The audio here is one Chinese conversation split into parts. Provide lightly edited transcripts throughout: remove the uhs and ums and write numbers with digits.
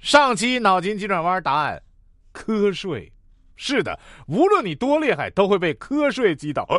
上期脑筋急转弯答案：瞌睡。是的，无论你多厉害，都会被瞌睡击倒。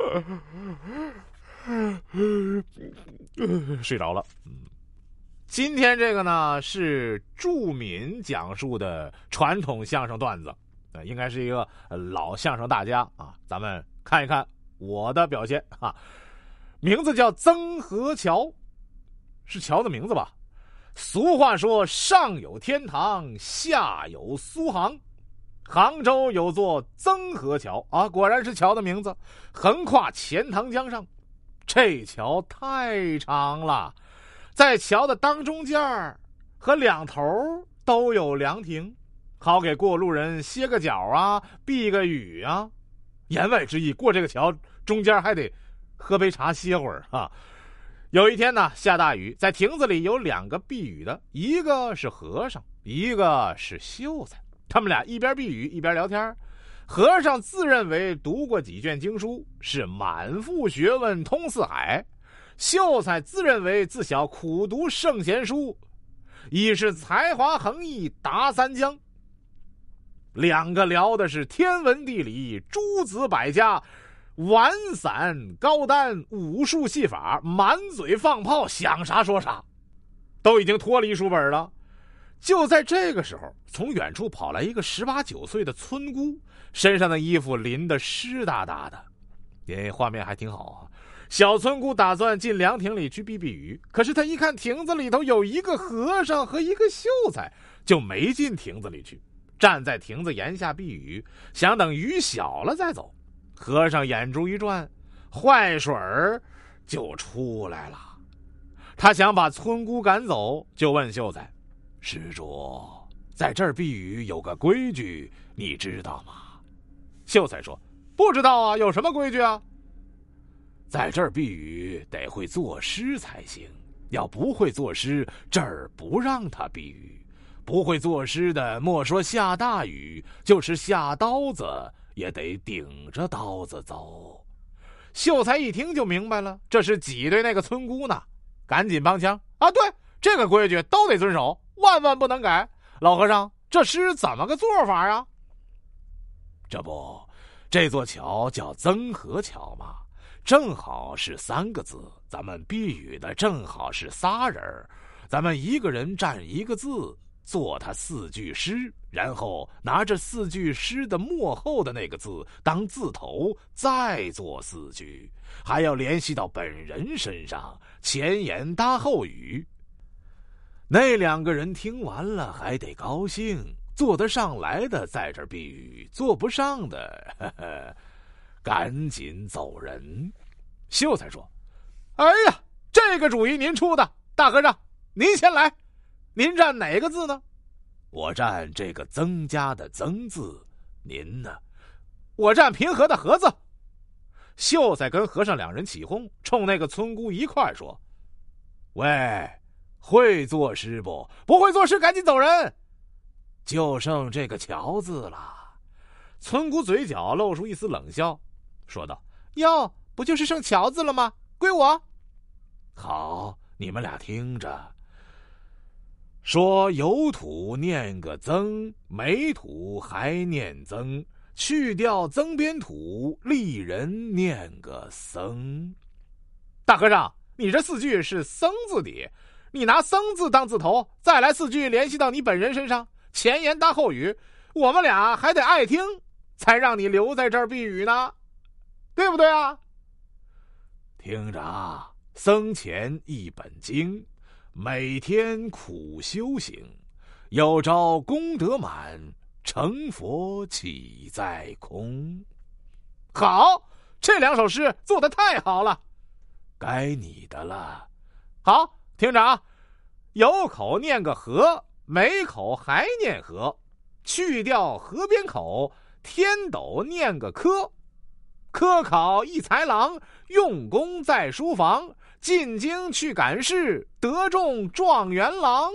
睡着了。今天这个呢是祝敏讲述的传统相声段子，应该是一个老相声大家啊。咱们看一看我的表现啊。名字叫曾河桥，是桥的名字吧？俗话说上有天堂，下有苏杭。杭州有座曾河桥啊，果然是桥的名字，横跨钱塘江上。这桥太长了，在桥的当中间和两头都有凉亭，好给过路人歇个脚啊，避个雨啊。言外之意，过这个桥中间还得喝杯茶歇会儿啊。有一天呢，下大雨，在亭子里有两个避雨的，一个是和尚，一个是秀才。他们俩一边避雨一边聊天。和尚自认为读过几卷经书，是满腹学问通四海；秀才自认为自小苦读圣贤书，已是才华横溢达三江。两个聊的是天文地理、诸子百家、玩散高单、武术戏法，满嘴放炮，想啥说啥，都已经脱离书本了。就在这个时候，从远处跑来一个18、19岁的村姑，身上的衣服淋得湿哒哒的。画面还挺好啊。小村姑打算进凉亭里去避避雨，可是她一看亭子里头有一个和尚和一个秀才，就没进亭子里去，站在亭子檐下避雨，想等雨小了再走。和尚眼珠一转，坏水儿就出来了。他想把村姑赶走，就问秀才：施主，在这儿避雨有个规矩，你知道吗？秀才说：不知道啊，有什么规矩啊？在这儿避雨得会作诗才行，要不会作诗，这儿不让他避雨。不会作诗的，莫说下大雨，就是下刀子也得顶着刀子走。秀才一听就明白了，这是挤兑那个村姑呢，赶紧帮腔啊！对，这个规矩都得遵守，万万不能改。老和尚，这诗怎么个做法啊？这不，这座桥叫曾河桥嘛，正好是3个字，咱们避雨的正好是仨人，咱们一个人占一个字，做他4句诗，然后拿着4句诗的末后的那个字当字头，再做4句，还要联系到本人身上，前言搭后语。那2个人听完了还得高兴，做得上来的在这儿避雨，做不上的赶紧走人。秀才说：哎呀，这个主意您出的，大和尚您先来，您占哪个字呢？我占这个增加的增字，您呢？我占平和的和字。秀才跟和尚2人起哄，冲那个村姑一块说：喂，会作诗不？不会作诗赶紧走人，就剩这个桥字了。村姑嘴角露出一丝冷笑，说道：哟，不就是剩桥字了吗？归我。好，你们俩听着，说有土念个曾，没土还念曾，去掉曾边土，立人念个僧。大和尚，你这4句是僧字底，你拿僧字当字头，再来4句联系到你本人身上，前言搭后语，我们俩还得爱听，才让你留在这儿避雨呢，对不对啊？听着啊，僧前一本经，每天苦修行，有朝功德满，成佛岂在空。好，这2首诗做得太好了，该你的了。好，听着啊，有口念个河，没口还念河，去掉河边口，天斗念个科。科考一才郎，用功在书房，进京去赶事，得中状元郎。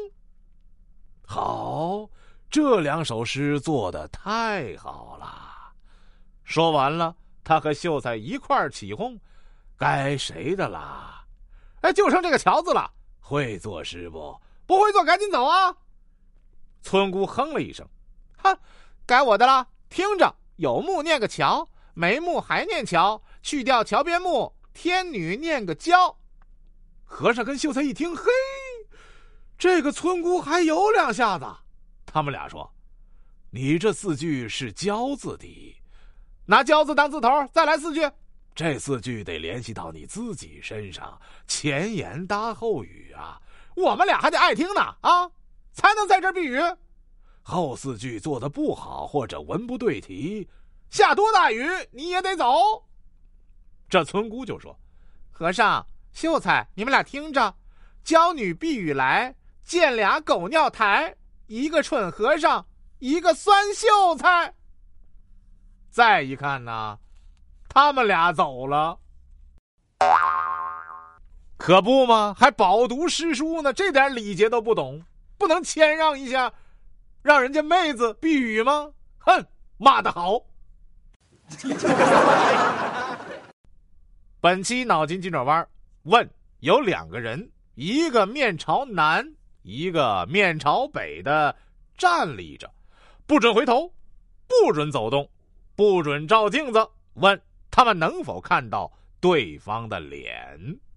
好，这2首诗做得太好了。说完了，他和秀才一块儿起哄：该谁的啦？哎，就剩这个桥字了，会作诗不？不会做赶紧走啊！ 村姑哼了一声，哼，该我的了，听着，有木念个桥，没木还念桥，去掉桥边木，天女念个娇。和尚跟秀才一听，嘿，这个村姑还有两下子。他们俩说，你这4句是娇字底，拿娇字当字头，再来4句。这4句得联系到你自己身上，前言搭后语啊，我们俩还得爱听呢啊，才能在这儿避雨。后4句做得不好或者文不对题，下多大雨你也得走。这村姑就说，和尚秀才，你们俩听着，娇女避雨来，见俩狗尿台，一个蠢和尚，一个酸秀才。再一看呢，他们俩走了。可不吗？还饱读诗书呢，这点礼节都不懂，不能谦让一下，让人家妹子避雨吗？哼，骂得好。本期脑筋急转弯问，有2个人，一个面朝南，一个面朝北的站立着，不准回头，不准走动，不准照镜子，问他们能否看到对方的脸。